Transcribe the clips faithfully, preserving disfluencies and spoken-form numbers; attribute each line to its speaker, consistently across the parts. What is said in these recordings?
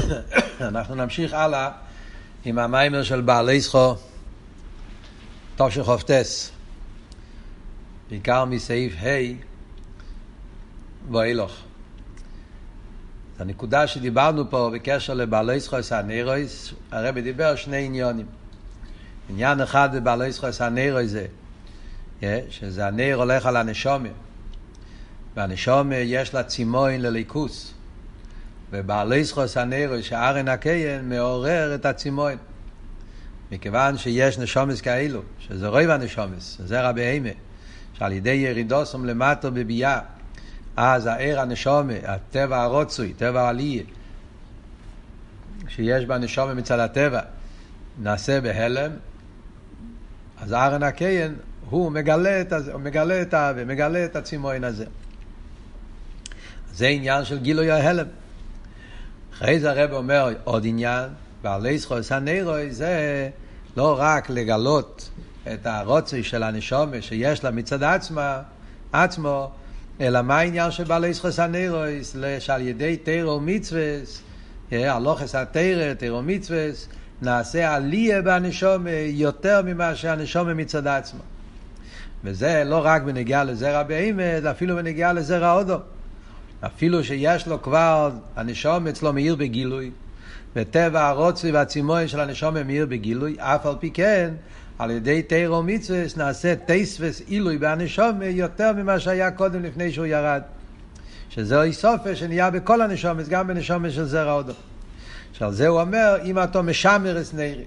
Speaker 1: אנחנו נמשיך הלאה עם המיימר של בעלי זכו טוב של חופטס, בעיקר מסעיף ה' ואילוך. הנקודה שדיברנו פה בקשר לבעלי זכו סנרויס, הרב דיבר שני עניונים. עניין אחד בבעלי זכו סנרויס זה שזה הנר הולך על הנשומר, והנשומר יש לה צימון לליכוס, ובעלי זכוס הנרויס שארן הקיין מעורר את הצימון, מכיוון שיש נשומס כאלו שזה רוב הנשומס, זה רבי אימה, שעל ידי ירידוסם למטו בבייה, אז הער הנשומר, הטבע הרוצוי, טבע העלייה שיש בנשומר מצד הטבע נעשה בהלם, אז ארן הקיין הוא מגלה את הוא מגלה את ומגלה את הצימון הזה. זה עניין של גילוי ההלם. אחרי זה הרב אומר עוד עניין, בעלי זכוס הנרויס זה לא רק לגלות את הרוצוי של הנשמה שיש לה מצד עצמה, עצמו, אלא מה העניין של בעלי זכוס הנרויס? שעל ידי תורה ומצוות, הלוכס התורה, תורה ומצוות, נעשה עלייה בנשמה יותר ממה שהנשמה מצד עצמה. וזה לא רק בנגיעה לזרע בהמה, אלא אפילו בנגיעה לזרע אודום. אפילו שיש לו כבר, הנשום אצלו מאיר בגילוי, וטבע הרוצוי והצימון של הנשום מאיר בגילוי, אף על פי כן, על ידי תורה ומצוות נעשה תספס עילוי בהנשום יותר ממה שהיה קודם לפני שהוא ירד. שזהו איסופה שנהיה בכל הנשום, גם בנשום של זרע אודום. שעל זה הוא אומר, אם אתה משמר את נרי.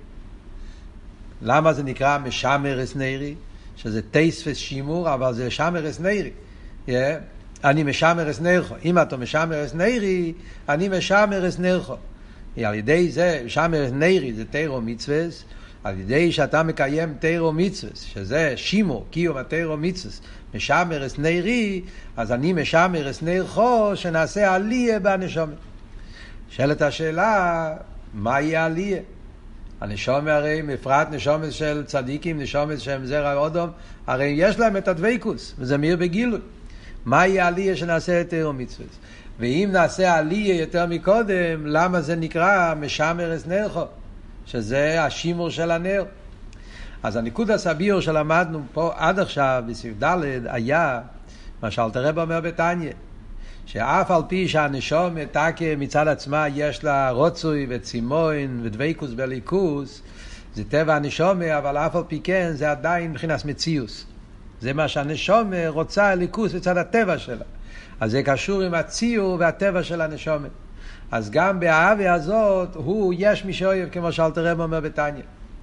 Speaker 1: למה זה נקרא משמר את נרי? שזה תספס שימור, אבל זה משמר את נרי. Yeah. אני משמר את נרחו. אם אתה משמר את נרי, אני משמר את נרחו. על ידי זה, משמר את נרי זה תורה ומצוות, על ידי שאתה מקיים תורה ומצוות, שזה שימור, קיום התורה ומצוות, משמר את נרי, אז אני משמר את נרחו, שנעשה עלייה בנשמה. שאלת השאלה, מה יהיה עלייה? הנשמה הרי, מפרט נשמה של צדיקים, נשמה שהם זרע אודום, הרי יש להם את הדבקות, וזה מאיר בגילוי. מה יהיה עלייה שנעשה את תורה ומצוות? ואם נעשה עלייה יותר מקודם, למה זה נקרא משמר את נרחו? שזה השימור של הנר. אז הניקוד הסביר שלמדנו פה עד עכשיו בסעיף ד' היה מה שאלתר רב אומר בתניא, שאף על פי שהנשמה תקה מצד עצמה יש לה רוצוי וצימון ודבקות בליכוס, זה טבע הנשמה, אבל אף על פי כן זה עדיין מבחינת מציאוס. זה מה שהנשמה רוצה ליכוס בצד הטבע שלה. אז זה קשור עם הציור והטבע של הנשמה. אז גם באהבה הזאת הוא יש מי שאוהב, כמו שאלתר רב אומר בתניא.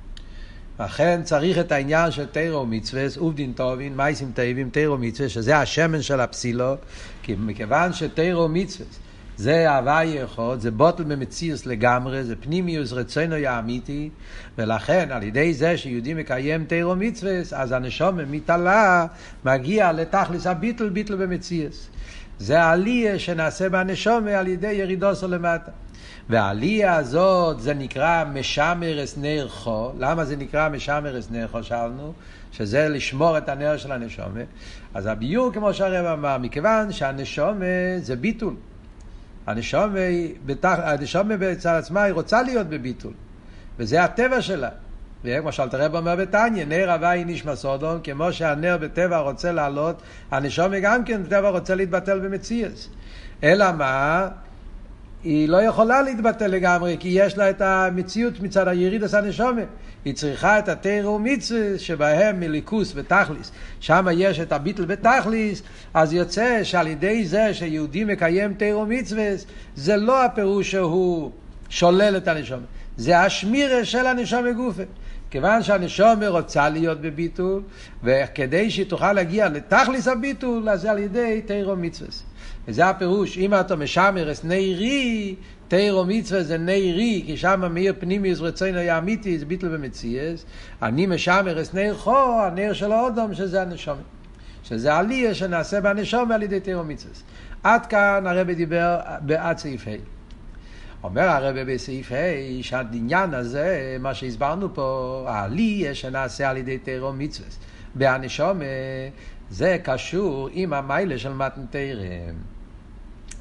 Speaker 1: לכן צריך את העניין של תורה ומצוות, עובדין טובין, מעשים טובים, תורה ומצוות, שזה השמן של הפסילו, כי מכיוון שתורה ומצוות זה הוויה ייחוד, זה בוטל במציאות לגמרי, זה פנימיוס רצונו האמיתי, ולכן על ידי זה שיהודי מקיים תורה ומצוות, אז הנשמה מתעלה, מגיע לתכלס הביטל, ביטל במציאות. זה העלייה שנעשה בנשמה על ידי ירידוסו למטה. והעלייה הזאת זה נקרא משמר את נרחו. למה זה נקרא משמר את נרחו? שאלנו, שזה לשמור את הנר של הנשמה. אז הביור כמו שהרב אמר, מכיוון שהנשמה זה ביטול. הנשמה, הנשמה בצד עצמה היא רוצה להיות בביטול, וזה הטבע שלה. וכמו שאלתר רב אומר בתניא, נר הווי נשמה סודום, כמו שהנר בטבע רוצה לעלות, הנשמה גם כן בטבע רוצה להתבטל במציאות. אלא מה? היא לא יכולה להתבטל לגמרי, כי יש לה את המציאות מצד הירידס הנשמה. היא צריכה את התורה ומצוות שבהם מליכוס ותכליס. שם יש את הביטל בתכליס, אז יוצא שעל ידי זה שיהודי מקיים תורה ומצוות, זה לא הפירוש שהוא שולל את הנשמה. זה השמירה של הנשמה גופה. כיוון שהנשמה רוצה להיות בביטול, וכדי שהיא תוכל להגיע לתכליס הביטול, אז זה על ידי תורה ומצוות. וזה הפירוש, אם אתה משמר את נרי, תורה ומצוות זה נרי, כי שם מאיר פנימיוס רצונו האמיתי, זה ביטל במציאות. אני משמר את נרחו, הנר של האודום, שזה הנשמה. שזה עלייה שנעשה בנשמה על ידי תורה ומצוות. עד כאן הרב דיבר בעד סעיף ה'. אומר הרב בסעיף ה' שהעניין הזה, מה שהסברנו פה, העלייה שנעשה על ידי תורה ומצוות בהנשמה, זה קשור עם המיילה של מתן תורה.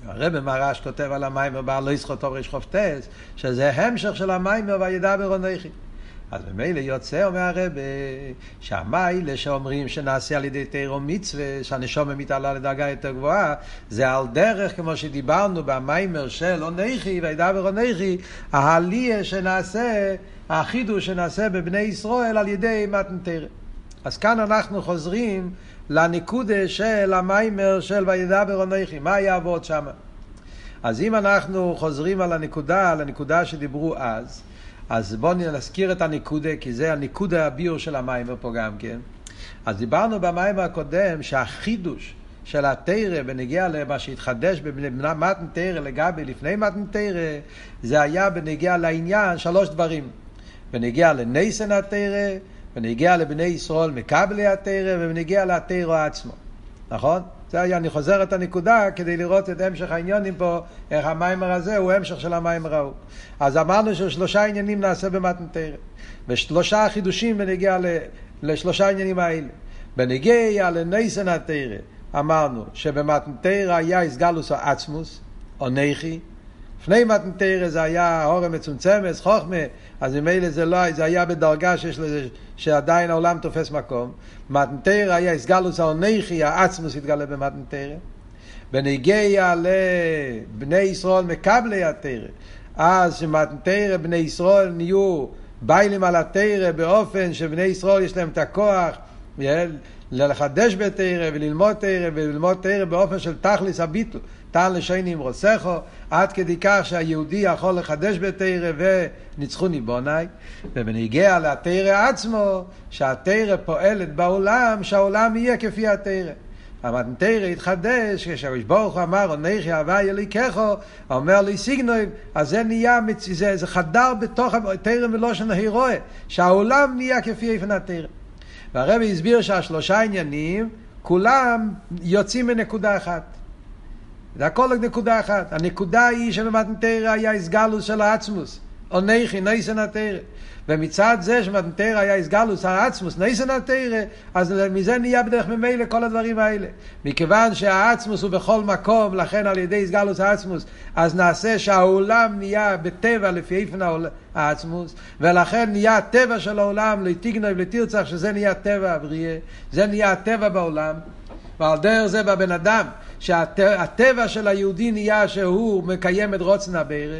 Speaker 1: הרב מרש כותב על המיימר בעל ישחו טוב ריש חופטס, שזה המשך של המיימר וידבר אנוכי. אז ממילא יוצא, אומר הרב, שהמיילה שאומרים שנעשה על ידי תורה ומצווה, שהנשמה מתעלה לדרגה יותר גבוהה, זה על דרך, כמו שדיברנו במיימר של אנוכי וידבר אנוכי, העלייה שנעשה, החידוש שנעשה בבני ישראל על ידי מתן תורה. אז כאן אנחנו חוזרים לנקודה של המיימר של וידבר אנוכי, מה יעבוד שם? אז אם אנחנו חוזרים על הנקודה, על הנקודה שדיברו אז, אז בואו נזכיר את הנקודה, כי זה הנקודה הביור של המיימר פה גם כן. אז דיברנו במיימר הקודם שהחידוש של התורה בנגיע למה שהתחדש במתן תורה לגבי לפני מתן תורה, זה היה בנגיע לעניין שלוש דברים. בנגיע לניסן התורה, בנגיע לבני ישראל מקבלי התורה, ובנגיע לתורה עצמו. נכון? זה היה, אני חוזר את הנקודה כדי לראות את המשך העניינים פה, איך המיימר הזה הוא המשך של המיימר ההוא. אז אמרנו ששלושה עניינים נעשה במתן תורה, ושלושה חידושים בנגיע לשלושה עניינים האלה. בנגיע לניסן התורה, אמרנו שבמתן תורה היה הסגלוס העצמוס, או נכי, לפני מתן תורה זה היה האור המצומצמת, חוכמה, אז ממילא זה לא, זה היה בדרגה שיש לזה, שעדיין העולם תופס מקום. מתן תורה היה הסגלוס האנוכי, העצמוס התגלה במתן תורה. בנגיע לבני ישראל מקבלי התורה, אז שמתן תורה בני ישראל נהיו ביילים על התורה באופן שבני ישראל יש להם את הכוח לחדש בתורה וללמוד תורה וללמוד תורה באופן של תכליס הביטול. תן לשיינים רוצחו, עד כדי כך שהיהודי יכול לחדש בתורה וניצחו ניבוני. ובנגיע לתורה עצמו, שהתורה פועלת בעולם, שהעולם יהיה כפי התורה. המתן תורה התחדש, כשהקדוש ברוך הוא אמר, אנוכי הווי אלוהיכו, אומר לי סיגנוי, אז זה נהיה, זה, זה חדר בתוך התורה מלושן ההירואה, שהעולם נהיה כפי איפן התורה. והרב הסביר שהשלושה עניינים, כולם יוצאים מנקודה אחת. זה הכל נקודה אחת. הנקודה היא שבמתן תורה היה הסגלוס של העצמוס, או נכי, ניסן התורה. ומצד זה שבמתן תורה היה הסגלוס העצמוס, ניסן התורה, אז מזה נהיה בדרך ממילא כל הדברים האלה. מכיוון שהעצמוס הוא בכל מקום, לכן על ידי הסגלוס העצמוס, אז נעשה שהעולם נהיה בטבע לפי איפן העצמוס, ולכן נהיה הטבע של העולם, לתגנוב, לתרצח, שזה נהיה טבע הבריאה, זה נהיה הטבע בעולם. ועל דרך זה בבן אדם, שהטבע של היהודי נהיה שהוא מקיים את רוצן הבורא,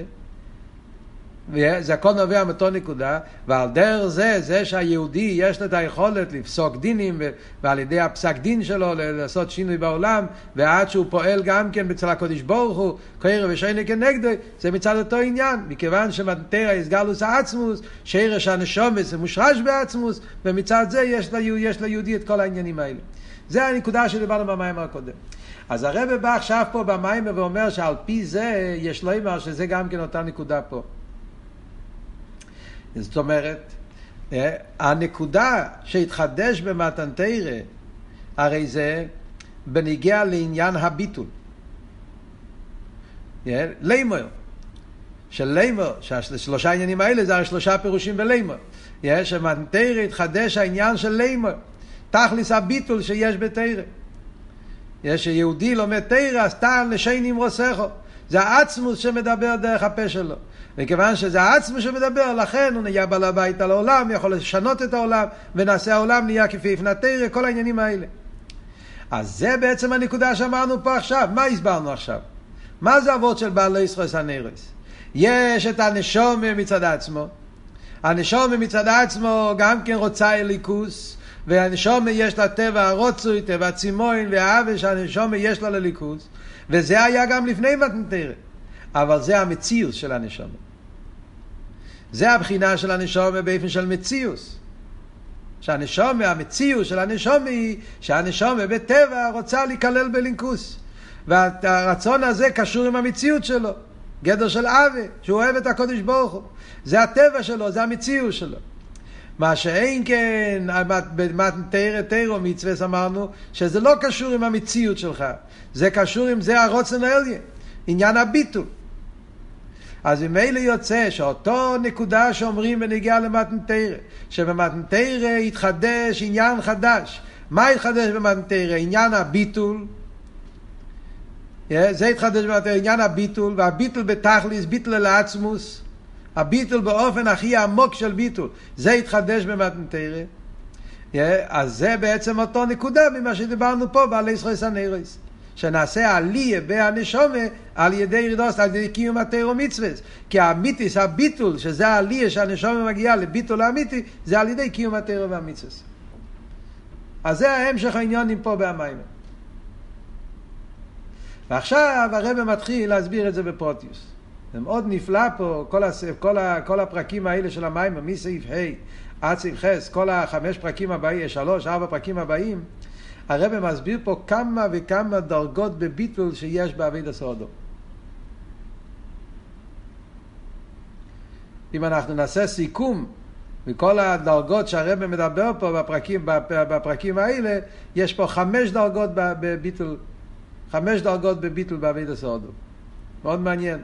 Speaker 1: וזה הכל נובע מאותה נקודה, ועל דרך זה, זה שהיהודי יש לו את היכולת לפסוק דינים, ועל ידי הפסק דין שלו לעשות שינוי בעולם, ועד שהוא פועל גם כן בצל הקודש ברוך הוא, קרב ושייני כנגדו, זה מצד אותו עניין, מכיוון שמתן תורה הסגלוס העצמוס, שרש הנשמה זה מושרש בעצמוס, ומצד זה יש ליהודי, יש ליהודי את כל העניינים האלה. זה הנקודה שדיברנו במיימר הקודם. אז הרב בא עכשיו פה במיימר ואומר שעל פי זה יש לו אמר שזה גם כן אותה נקודה פה. זאת אומרת, הנקודה שהתחדש במתן תורה, הרי זה בניגיע לעניין הביטול. לימור. של לימור, שהשלושה העניינים האלה זה הרי שלושה פירושים בלימור. שמתן תורה התחדש העניין של לימור. תכליס הביטול שיש בתורה. יש יהודי לומד תורה, אז תן לשיינים רוצחו. זה העצמוס שמדבר דרך הפה שלו. וכיוון שזה העצמוס שמדבר, לכן הוא נהיה בעל הבית על העולם, יכול לשנות את העולם, ונעשה העולם נהיה כפי איפן התורה, כל העניינים האלה. אז זה בעצם הנקודה שאמרנו פה עכשיו. מה הסברנו עכשיו? מה זה אבות של בעל ישראל סנרס? יש את הנשמה מצד עצמו. הנשמה מצד עצמו גם כן רוצה אליקוס, והנשמה יש לה טבע הרוצוי, טבע צימוין והאווה שהנשמה יש לה לליכוז, וזה היה גם לפני מתן תורה, אבל זה המציאות של הנשמה. זה הבחינה של הנשמה באופן של מציאות. שהנשמה, המציאות של הנשמה היא שהנשמה בטבע רוצה להיכלל בליכוז, והרצון הזה קשור עם המציאות שלו, גדר של אווה, שהוא אוהב את הקודש ברוך הוא. זה הטבע שלו, זה המציאות שלו. מה שאין כן, במתן תורה, תורה מצווה, אמרנו שזה לא קשור עם המציאות שלך, זה קשור עם זה הרוצן העליון, עניין הביטול. אז ממילא יוצא שאותו נקודה שאומרים בנגיעה למתן תורה, שבמתן תורה יתחדש עניין חדש. מה יתחדש במתן תורה? עניין הביטול, זה התחדש במתנתרא, עניין הביטול, והביטול בתכליס, ביטול לעצמוס, הביטול באופן הכי עמוק של ביטול, זה התחדש במתנתרא. אז זה בעצם אותו נקודה ממה שדיברנו פה בעלי זכויות הנרות, שנעשה עלייה בהנשומה על ידי ירידות, על ידי קיום התורה ומצוות, כי האמיתיס, הביטול, שזה העלייה שהנשומה מגיעה לביטול האמיתי, זה על ידי קיום התורה והמצוות. אז זה ההמשך העניינים פה במים. ועכשיו הרב מתחיל להסביר את זה בפרוטיוס. זה מאוד נפלא פה, כל, הס... כל, ה... כל הפרקים האלה של המים, מסעיף ה' עד סעיף ח', כל החמש פרקים הבאים, שלוש, ארבע פרקים הבאים, הרב מסביר פה כמה וכמה דרגות בביטול שיש בעבודת הסעודה. אם אנחנו נעשה סיכום מכל הדרגות שהרב מדבר פה בפרקים, בפרקים האלה, יש פה חמש דרגות בביטול, חמש דרגות בביטול בעבודת הסעודה. מאוד מעניין.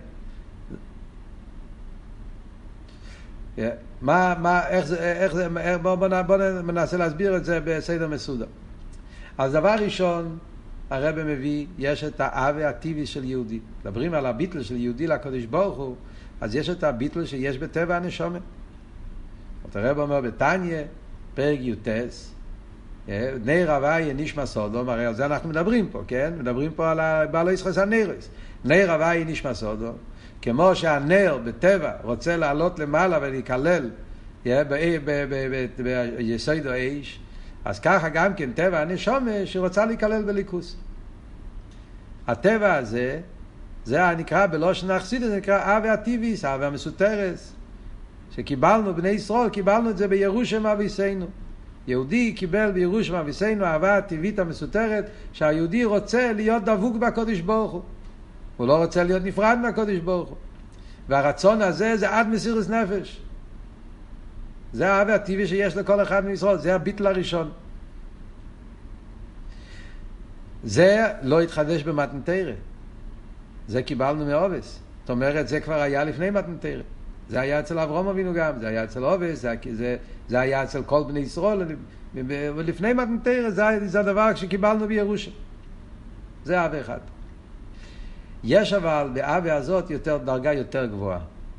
Speaker 1: Yeah. מה, מה, איך זה, איך זה, בוא, בוא, בוא ננסה להסביר את זה בסדר מסודר. אז דבר ראשון, הרב מביא, יש את האווה הטבעי של יהודי. מדברים על הביטול של יהודי לקדוש ברוך הוא, אז יש את הביטול שיש בטבע הנשמה. הרב אומר בתניא, פרק יוטס, נר הוויה נשמע סודום, הרי על זה אנחנו מדברים פה, כן? מדברים פה על בעלי זכויות הנרות. נר הוויה נשמע סודום, כמו שהנר בטבע רוצה לעלות למעלה ולהיכלל ביסוד האש, אז ככה גם כן טבע הנשמה שרוצה להיכלל בליכוס. הטבע הזה, זה נקרא בלושן החסידות, זה נקרא אווה הטבעיס, אווה המסותרס, שקיבלנו בני ישראל, קיבלנו את זה בירושם אביסנו. יהודי קיבל בירושם אביסנו אהבה הטבעית המסותרת, שהיהודי רוצה להיות דבוק בקודש ברוך הוא. הוא לא רוצה להיות נפרד מהקודש ברוך הוא. והרצון הזה זה עד מסירות נפש. זה האהבה הטבעי שיש לכל אחד מישראל, זה הביטול הראשון. זה לא התחדש במתנתרא. זה קיבלנו מאובס. זאת אומרת, זה כבר היה לפני מתנתרא. זה היה אצל אברהם אבינו גם, זה היה אצל אובס, זה, זה, זה היה אצל כל בני ישראל, ולפני מתנתרא זה, זה הדבר שקיבלנו בירושה. זה אהבה אחד. יש אבל באהבה הזאת יותר, דרגה יותר גבוהה.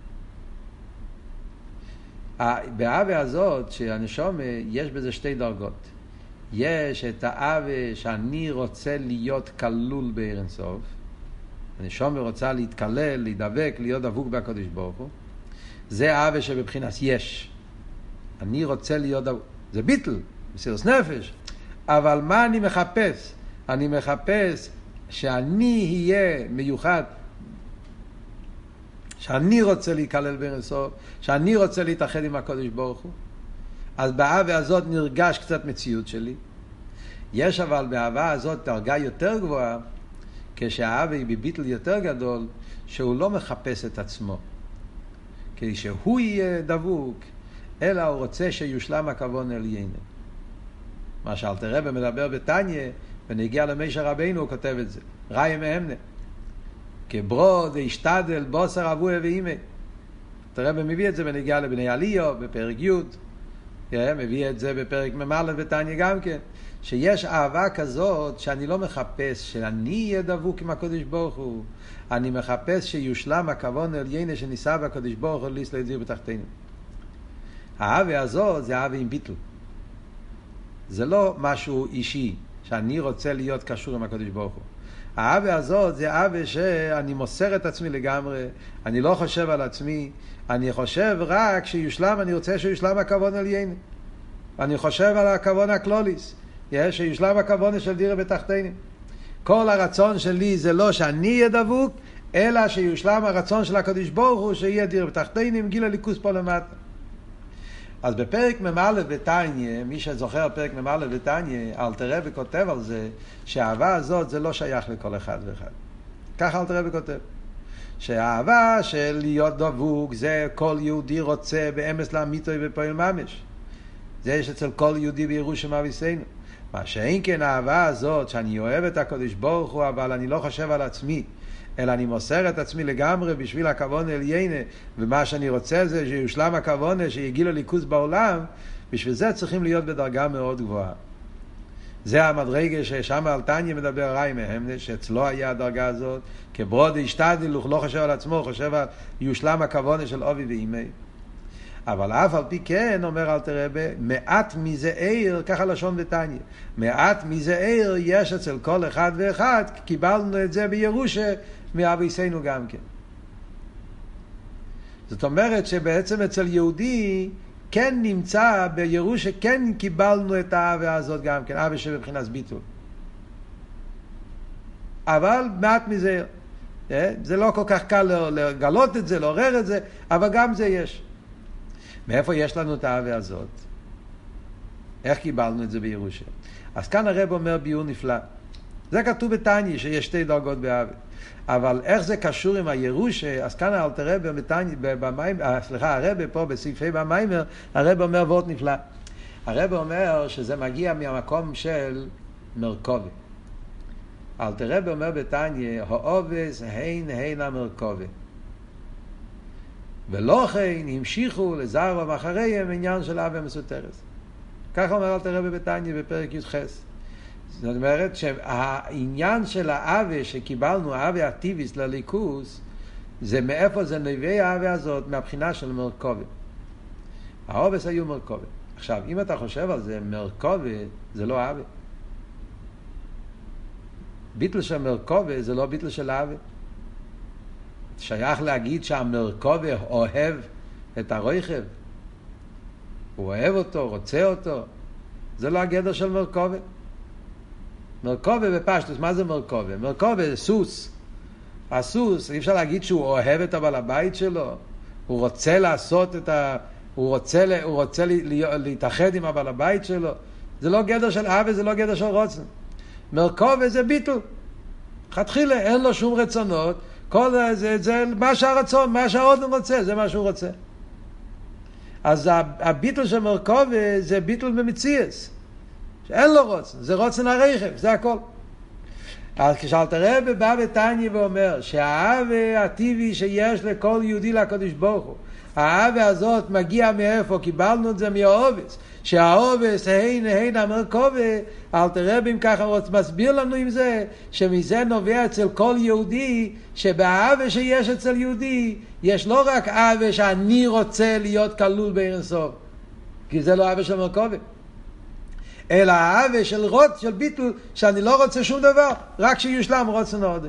Speaker 1: באהבה הזאת שהנשמה יש בזה שתי דרגות. יש את האהבה שאני רוצה להיות כלול בעיר אין סוף. הנשמה רוצה להתכלל, להידבק, להיות דבוק בקדוש ברוך הוא. זה אהבה שבבחינת יש. אני רוצה להיות דבוק. זה ביטל, מסירות נפש. אבל מה אני מחפש? אני מחפש שאני אהיה מיוחד, שאני רוצה להיכלל בעיר אין סוף, שאני רוצה להתאחד עם הקדוש ברוך הוא. אז באהבה הזאת נרגש קצת מציאות שלי. יש אבל באהבה הזאת דרגה יותר גבוהה, כשהאהבה היא בביטל יותר גדול, שהוא לא מחפש את עצמו כדי שהוא יהיה דבוק, אלא הוא רוצה שיושלם הכוונה לעניין. מה שאלתר רבי מדבר בתניא, ונגיע למשה רבינו, הוא כותב את זה. ראי מהמנה. כברו דהשתדל בוסר אבוה ואימא. אלתר רבי מביא את זה ונגיע לבני עליו, בפרק י', מביא את זה בפרק ממלא בתניא גם כן. שיש אהבה כזאת שאני לא מחפש שאני אהיה דבוק עם הקדוש ברוך הוא. אני מחפש שיושלם הכוונה לעניין שניסה בקדוש ברוך הוא להסתכל דביר בתחתינו. האהבה הזאת זה אהבה עם ביטול. זה לא משהו אישי. שאני רוצה להיות קשור עם הקדוש ברוך הוא. האהבה הזאת זה אהבה שאני מוסר את עצמי לגמרי, אני לא חושב על עצמי, אני חושב רק שיושלם, אני רוצה שיושלם הכוונה עליינו. אני חושב על הכוונה הכלוליס, שיושלם הכוונה של דירה בתחתינים. כל הרצון שלי זה לא שאני אהיה דבוק, אלא שיושלם הרצון של הקדוש ברוך הוא שיהיה דירה בתחתינים, גיל הליכוס פה למטה. אז בפרק ממלא בתניא, מי שזוכר פרק ממלא בתניא, אלתר רבי כותב על זה, שהאהבה הזאת זה לא שייך לכל אחד ואחד. ככה אלתר רבי כותב. שהאהבה של להיות דבוק, זה כל יהודי רוצה באמס לאמיתו ובפועל ממש. זה יש אצל כל יהודי בירושם אביסנו. מה שאין כן האהבה הזאת, שאני אוהב את הקדוש ברוך הוא, אבל אני לא חושב על עצמי, אלא אני מוסר את עצמי לגמרי בשביל הכוונה עליינה, ומה שאני רוצה זה שיושלם הכוונה, שיגיע לו ליכוז בעולם, בשביל זה צריכים להיות בדרגה מאוד גבוהה. זה המדרגה ששם על תניא מדבר ראי מהם, שאצלו היה הדרגה הזאת, כברוד השתדל, הוא לא חושב על עצמו, הוא חושב על יושלם הכוונה של אבי ואימי. אבל אף על פי כן, אומר אלתר רבי, מעט מזה עיר, ככה לשון בתניא, מעט מזה עיר יש אצל כל אחד ואחד, קיבלנו את זה בירושה מאביסנו גם כן. זאת אומרת שבעצם אצל יהודי כן נמצא בירושה, כן קיבלנו את האהבה הזאת גם כן, אהבה שבבחינת ביטול. אבל מעט מזה, זה לא כל כך קל לגלות את זה, לעורר את זה, אבל גם זה יש. מאיפה יש לנו את האהבה הזאת? איך קיבלנו את זה בירושה? אז כאן הרב אומר ביור נפלא. זה כתוב בתניא שיש שתי דרגות באהבה. אבל איך זה קשור עם הירושה? אז כאן אלתר רבי בתניא, במיימר, סליחה, הרב פה בסעיפי במיימר, הרב אומר וורט נפלא. הרב אומר שזה מגיע מהמקום של מרכובה. אלתר רבי אומר בתניא, האובס הן הן המרכובה. ולא כן המשיכו לזרום אחריהם עניין של אהבה מסותרת. ככה אומר אלתר רבי בתניא בפרק י"ח. זאת אומרת שהעניין של האהבה שקיבלנו, האהבה הטבעית לליכוס, זה מאיפה זה נביא האהבה הזאת? מהבחינה של מרכובה. האובס היו מרכובה. עכשיו, אם אתה חושב על זה, מרכובה זה לא אהבה. ביטל של מרכובה זה לא ביטל של אהבה. שייך להגיד שהמרכובה אוהב את הרוחב. הוא אוהב אותו, רוצה אותו. זה לא הגדר של מרכובה. מרכובה בפשטוס, מה זה מרכובה? מרכובה זה סוס. הסוס, אי אפשר להגיד שהוא אוהב את הבעל הבית שלו. הוא רוצה לעשות את ה... הוא רוצה, הוא רוצה להתאחד עם הבעל הבית שלו. זה לא גדר של אהבה, זה לא גדר של רוצן. מרכובה זה ביטול. חתחילה, אין לו שום רצונות. כל זה, זה מה שהרצון, מה שהאודן רוצה, זה מה שהוא רוצה. אז הביטול של מרכובה זה ביטול במציאס. שאין לו רוצן, זה רוצן הרחב, זה הכל. אז כשאלתר רבי בא בתניא ואומר שהאהבה הטבעי שיש לכל יהודי לקדוש ברוך הוא, האהבה הזאת מגיעה מאיפה? קיבלנו את זה מהאובס, שהאובס הן הן המרכובה. אלתר רבי ככה מסביר לנו עם זה שמזה נובע אצל כל יהודי, שבאהבה שיש אצל יהודי יש לא רק אהבה שאני רוצה להיות כלול באין סוף, כי זה לא אהבה של מרכובה, אלא האהבה של רוץ, של ביטול, שאני לא רוצה שום דבר, רק שיושלם רוצן עוד.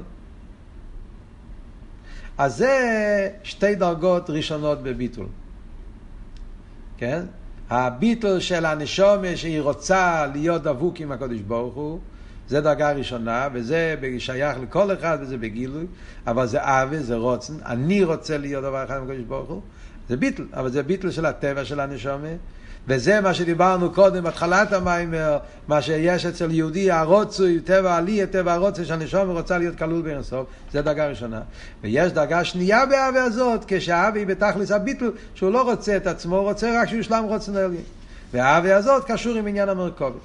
Speaker 1: אז זה שתי דרגות ראשונות בביטול. כן? הביטול של הנשמה שהיא רוצה להיות דבוק עם הקדוש ברוך הוא, זה דרגה ראשונה, וזה שייך לכל אחד, וזה בגילוי, אבל זה אהבה, זה רוצן, אני רוצה להיות דבר אחד עם הקדוש ברוך הוא, זה ביטול, אבל זה ביטול של הטבע של הנשמה, וזה מה שדיברנו קודם, התחלת המיימר, מה שיש אצל יהודי, הרוצוי, טבע עלי, טבע הרוצוי, שהנשמה רוצה להיות כלול באין סוף, זה דרגה ראשונה. ויש דרגה שנייה באהבה הזאת, כשהאהבה היא בתכלס הביטול, שהוא לא רוצה את עצמו, הוא רוצה רק שיושלם רוצן העליון. והאהבה הזאת קשור עם עניין המרכובה.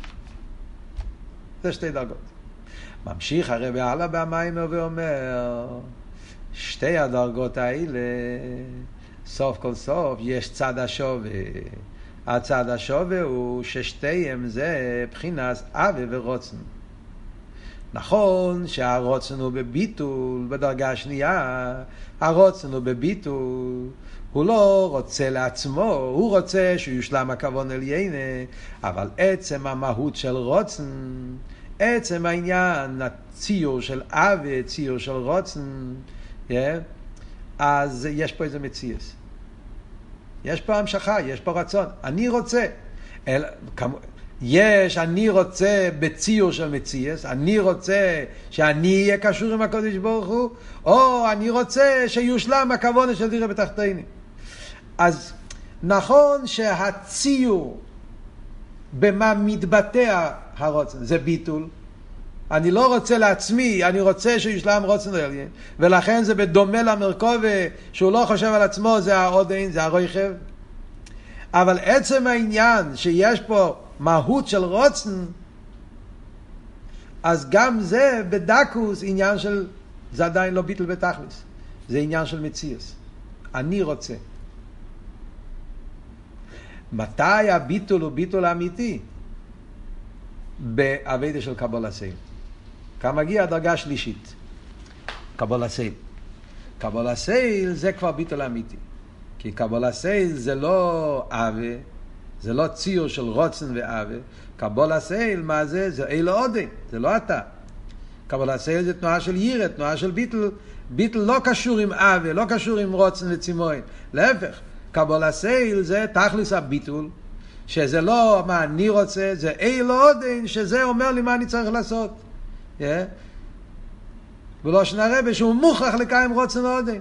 Speaker 1: זה שתי דרגות. ממשיך הרבי הלאה במיימר ואומר, שתי הדרגות האלה, סוף כל סוף, יש צד השווה. הצד השווה הוא ששתיהם זה בחינת אהבה ורוצן. נכון שהרוצן הוא בביטול, בדרגה השנייה, הרוצן הוא בביטול, הוא לא רוצה לעצמו, הוא רוצה שיושלם הכוונה עליונה, אבל עצם המהות של רוצן, עצם העניין, הציור של אהבה, ציור של רוצן, yeah, אז יש פה איזה מציאס. יש פה המשכה, יש פה רצון. אני רוצה. אל, כמו, יש, אני רוצה בציור של מציאס, אני רוצה שאני אהיה קשור עם הקדוש ברוך הוא, או אני רוצה שיושלם הכוונה של דירה בתחתינים. אז נכון שהציור במה מתבטא הרוצן, זה ביטול. אני לא רוצה לעצמי, אני רוצה שיושלם רוצן העליון, ולכן זה בדומה למרכובה, שהוא לא חושב על עצמו, זה העודן, זה הרוחב. אבל עצם העניין שיש פה מהות של רוצן, אז גם זה בדקוס עניין של, זה עדיין לא ביטל בתכלס, זה עניין של מציאס. אני רוצה. מתי הביטול הוא ביטול אמיתי? בעבודה של קבלה סייל. כאן מגיע הדרגה השלישית, קבלה סייל. קבלה סייל זה כבר ביטול אמיתי. כי קבלה סייל זה לא אהבה, זה לא ציור של רוצן ואהבה. קבלה סייל, מה זה? זה אילו עודן, זה לא אתה. קבלה סייל זה תנועה של יראה, תנועה של ביטול. ביטול לא קשור עם אהבה, לא קשור עם רוצן וצימוין. להפך, קבלה סייל זה תכלס הביטול, שזה לא מה אני רוצה, זה אילו עודן, שזה אומר לי מה אני צריך לעשות. Yeah. ולא שנראה שהוא מוכרח לקיים רוצן עודן.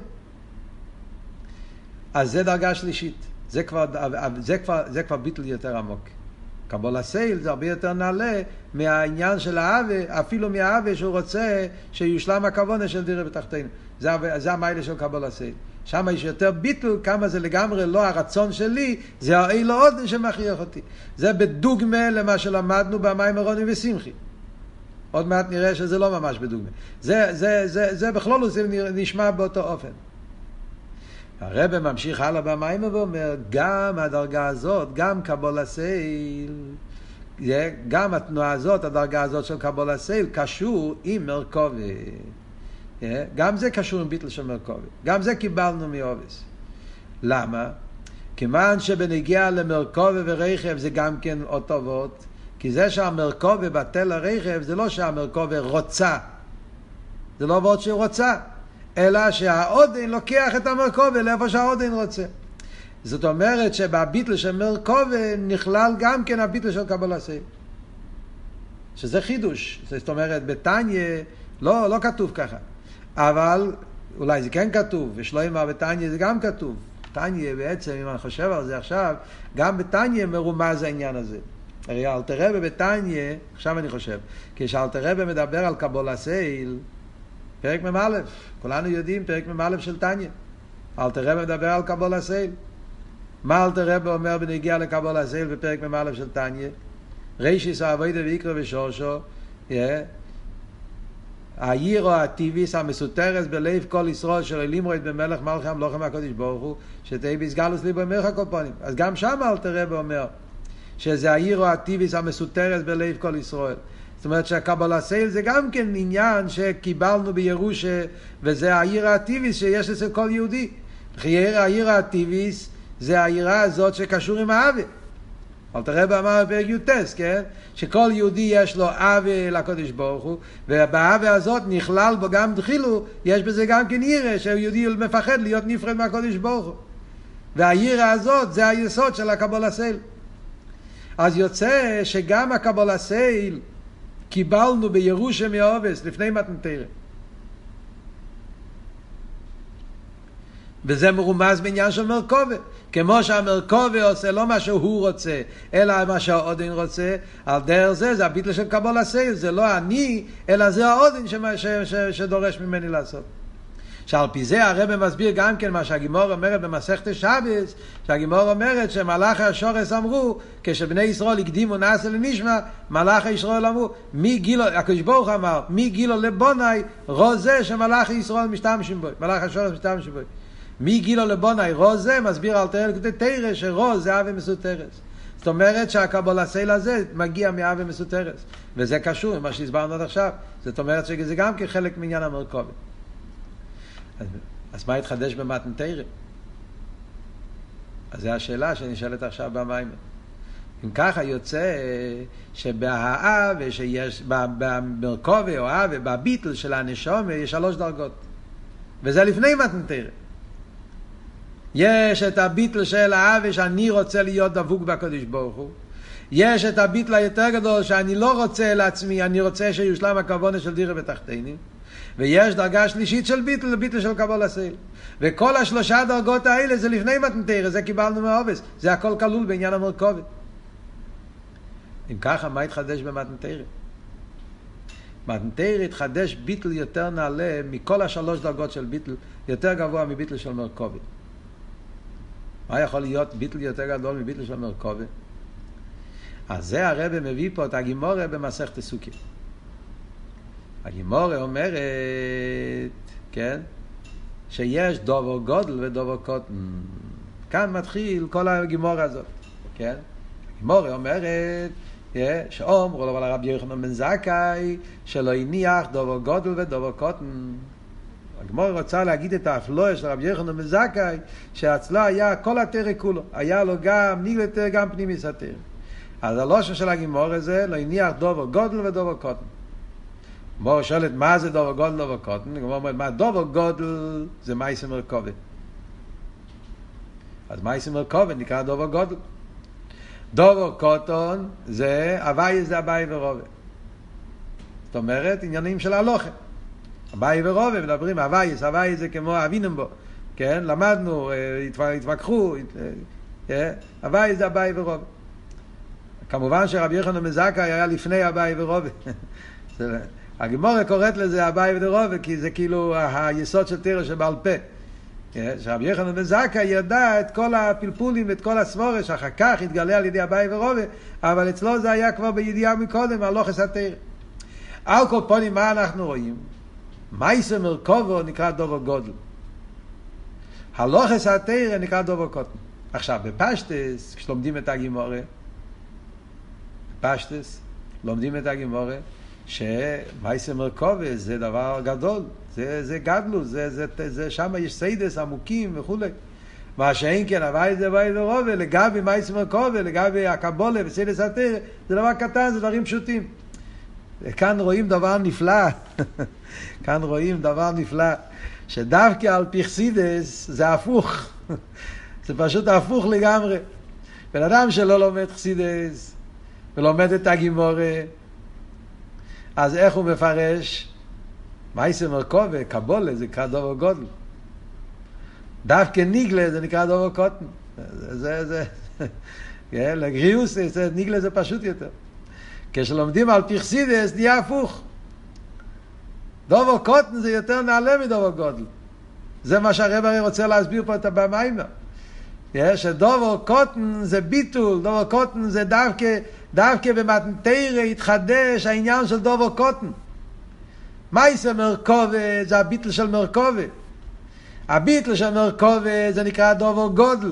Speaker 1: אז זה דרגה שלישית. זה כבר, זה כבר, זה כבר ביטול יותר עמוק. קבלה סייל זה הרבה יותר נעלה מהעניין של האהבה, אפילו מהאהבה שהוא רוצה שיושלם הכוונה של דירה בתחתינו. זה, זה המיילה של קבלה סייל. שם יש יותר ביטול, כמה זה לגמרי לא הרצון שלי, זה האילו עודן שמכריח אותי. זה בדוגמה למה שלמדנו במים מרוני ושמחי. עוד מעט נראה שזה לא ממש בדוגמה. זה, זה, זה, זה בכלול זה נשמע באותו אופן. הרב ממשיך הלאה במים ואומר, גם הדרגה הזאת, גם קבלה סייל, גם התנועה הזאת, הדרגה הזאת של קבלה סייל, קשור עם מרכבה. גם זה קשור עם ביטל של מרכבה. גם זה קיבלנו מאובס. למה? כיוון שבנגיע למרכבה ורכב זה גם כן אותו ווד, כי זה שהמרכבה בטל הרכב זה לא שהמרכבה רוצה, זה לא ווד שהיא רוצה, אלא שהעודן לוקח את המרכבה לאיפה שהעודן רוצה. זאת אומרת שבביטל של מרכבה נכלל גם כן הביטל של קבלה סייל, שזה חידוש. זאת אומרת בתניא לא, לא כתוב ככה, אבל אולי זה כן כתוב, ושלמה בתניא זה גם כתוב. תניא בעצם, אם אני חושב על זה עכשיו, גם בתניא מרומז העניין הזה. הרי אלתר רבי בתניא, עכשיו אני חושב, כשאלתר רבי מדבר על קבלה סייל, פרק מ"א, כולנו יודעים פרק מ"א של תניא. אלתר רבי מדבר על קבלה סייל. מה אלתר רבי אומר בנגיע לקבלה סייל בפרק מ"א של תניא? רישיס העבודה ויקרא ושורשו, העירו הטבעיס המסותרס בלב כל ישראל של לימוד במלך מלכי המלוכים הקדוש ברוך הוא, שתהי בסגלוס ליבו מלך הכל פנים. אז גם שם אלתר רבי אומר שזה העירו הטבעיס המסותרס בלב כל ישראל. זאת אומרת שהקבלה סייל זה גם כן עניין שקיבלנו בירושה, וזה העירה הטבעיס שיש אצל כל יהודי. העירה הטבעיס זה העירה הזאת שקשור עם האהבה. אלתר רבי אמר בפרק י"ט, כן? שכל יהודי יש לו אהבה לקדוש ברוך הוא, ובאהבה הזאת נכלל בו גם דחילו, יש בזה גם כן יראה, שהיהודי מפחד להיות נפרד מהקדוש ברוך הוא. והיראה הזאת זה היסוד של הקבלה סייל. אז יוצא שגם הקבלה סייל קיבלנו בירושה מאובס לפני מתן תורה. וזה מרומז בעניין של מרכבה. כמו שהמרכבה עושה לא מה שהוא רוצה, אלא מה שהעודן רוצה, על דרך זה, זה הביטל של קבלה סייל. זה לא אני, אלא זה העודן שמה, ש, ש, שדורש ממני לעשות. שעל פי זה הרב מסביר גם כן מה שהגימור אומרת במסכת שבס, שהגימור אומרת שמלאכי השורש אמרו, כשבני ישראל הקדימו נעשה לנשמע, מלאכי ישראל אמרו, מי גילו, הקדוש ברוך אמר, מי גילו לבוני, רוזה שמלאכי ישראל משתמשים בו, מלאכי השורש משתמשים בו. מי גילו לבוני, רוזה, מסביר אלתר רבי תרא שרוז זה אהבה מסותרת. זאת אומרת שהקבלה סייל הזה מגיע מאהבה מסותרת, וזה קשור עם מה שהסברנו עד עכשיו. זאת אומרת שזה גם כחלק מעניין המרכבה. אז, אז מה התחדש במתן תורה? אז זו השאלה שנשאלת עכשיו במים. אם ככה יוצא שבאהבה שיש, במרכבה או אהבה, בביטל של הנשמה יש שלוש דרגות. וזה לפני מתן תורה. יש את הביטל של האהבה שאני רוצה להיות דבוק בקדוש ברוך הוא. יש את הביטל היותר גדול שאני לא רוצה לעצמי, אני רוצה שיושלם הכוונה של דירה בתחתינים. ויש דרגה שלישית של ביטל, ביטל של קבלה סייל. וכל השלושה דרגות האלה זה לפני מתן תורה, זה קיבלנו מהאובס. זה הכל כלול בעניין המרכבה. אם ככה, מה התחדש במתן תורה? מתן תורה התחדש ביטל יותר נעלה מכל השלוש דרגות של ביטל, יותר גבוה מביטל של מרכבה. מה יכול להיות ביטל יותר גדול מביטל של מרכבה? אז זה הרב מביא פה את הגימורה במסכת סוכה. הגימורה אומרת, כן, שיש דובר גודל ודובר קטן. כאן מתחיל כל הגימורה הזאת, כן? הגימורה אומרת שאומרו לו על רבי יוחנן בן זכאי שלא הניח דובר גודל ודובר קוטן. הגמרא רוצה להגיד את האפלואה של רבי יוחנן בן זכאי שאצלו היה כל התורה כולו, היה לו גם ניגלה תורה גם פנימיס התורה. אז הלושן של הגמרא הזה לא הניח דובר גודל ודובר קוטן. הגמרא שואלת מה זה דובר גודל ודובר קוטן? הגמרא אומרת מה דובר גודל זה מייסה מרכובה, אז מייסה מרכובה נקרא דובר גודל. דובר קוטן זה הווי זה אביי ורובה, זאת אומרת עניינים של הלוכה. אביי ורובה מדברים הווי, הווי זה כמו אבינם בו, כן? למדנו, התווכחו, הווי זה אביי ורובה. כמובן שרבי יוחנן בן זכאי היה לפני אביי ורובה. הגמרא קוראת לזה אביי ורובה כי זה כאילו היסוד של תורה שבעל פה. שרבי יוחנן בן זכאי ידע את כל הפלפולים ואת כל הסבורה שאחר כך התגלה על ידי אביי ורובה, אבל אצלו זה היה כבר בידיעה מקודם הלוכס התורה. על כל פנים מה אנחנו רואים? מייסה מרכובו נקרא דובר גודל, הלוכס התורה נקרא דובר קוטן. עכשיו בפשטס כשלומדים את הגמרא, בפשטס לומדים את הגמרא שמייסה מרכובו זה דבר גדול, זה זה גדלו, זה זה זה שם יש סיידס עמוקים וכו'. מה שאין כן הווי זה הווי ורובה לגבי מייסה מרכובו, לגבי הקבולה וסיידס התורה זה דבר קטן, זה דברים פשוטים. כאן רואים דבר נפלא. כאן רואים דבר נפלא שדווקא על פי חסידס זה הפוך. זה פשוט הפוך לגמרי. בן אדם שלא לומד חסידס ולומד את הגמרא, אז איך הוא מפרש? מייסה מרכובה, קבולה, זה נקרא דובר גודל. דווקא ניגלה זה נקרא דובר קוטן. זה, זה, זה, לגריוס, ניגלה זה פשוט יותר. כשלומדים על פי חסידס, נהיה הפוך. דובר קוטן זה יותר נעלה מדובר גודל. זה מה שהרב הרי רוצה להסביר פה את הבמיימר. שדובר קוטן זה ביטול, דובר קוטן זה דווקא, דווקא במתנתרא התחדש העניין של דובר קוטן. מייסה מרכובה זה הביטל של מרכובה. הביטל של מרכובה זה נקרא דובר גודל.